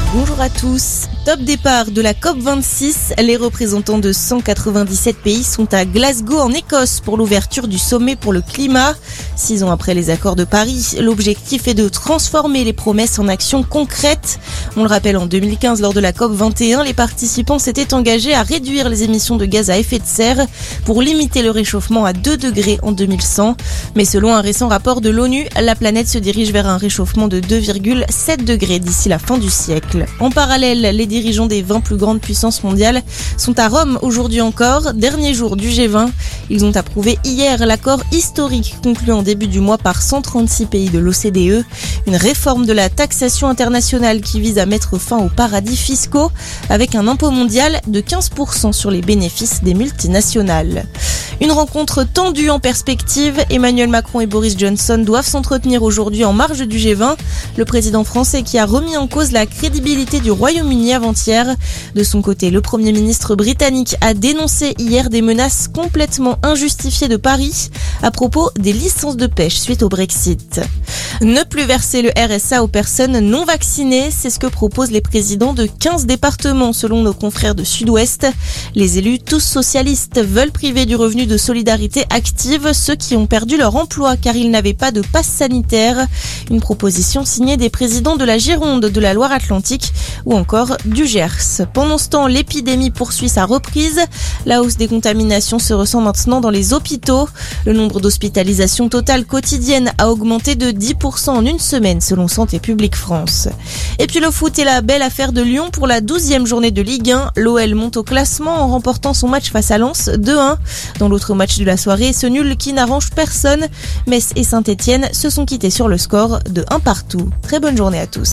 Bonjour à tous. Top départ de la COP26. Les représentants de 197 pays sont à Glasgow en Écosse pour l'ouverture du sommet pour le climat. 6 ans après les accords de Paris, l'objectif est de transformer les promesses en actions concrètes. On le rappelle, en 2015, lors de la COP21, les participants s'étaient engagés à réduire les émissions de gaz à effet de serre pour limiter le réchauffement à 2 degrés en 2100. Mais selon un récent rapport de l'ONU, la planète se dirige vers un réchauffement de 2,7 degrés d'ici la fin du siècle. En parallèle, les dirigeants des 20 plus grandes puissances mondiales sont à Rome aujourd'hui encore, dernier jour du G20. Ils ont approuvé hier l'accord historique conclu en début du mois par 136 pays de l'OCDE, une réforme de la taxation internationale qui vise à mettre fin aux paradis fiscaux avec un impôt mondial de 15% sur les bénéfices des multinationales. Une rencontre tendue en perspective. Emmanuel Macron et Boris Johnson doivent s'entretenir aujourd'hui en marge du G20. Le président français qui a remis en cause la crédibilité du Royaume-Uni avant-hier. De son côté, le Premier ministre britannique a dénoncé hier des menaces complètement injustifiées de Paris à propos des licences de pêche suite au Brexit. Ne plus verser le RSA aux personnes non vaccinées, c'est ce que proposent les présidents de 15 départements selon nos confrères de Sud-Ouest. Les élus, tous socialistes, veulent priver du revenu de solidarité active ceux qui ont perdu leur emploi car ils n'avaient pas de passe sanitaire. Une proposition signée des présidents de la Gironde, de la Loire-Atlantique ou encore du Gers. Pendant ce temps, l'épidémie poursuit sa reprise. La hausse des contaminations se ressent maintenant dans les hôpitaux. Le nombre d'hospitalisations totales quotidiennes a augmenté de 10% en une semaine selon Santé publique France. Et puis le foot est la belle affaire de Lyon pour la 12e journée de Ligue 1. L'OL monte au classement en remportant son match face à Lens 2-1. Dans l'autre match de la soirée, ce nul qui n'arrange personne. Metz et Saint-Etienne se sont quittés sur le score de 1-1. Très bonne journée à tous.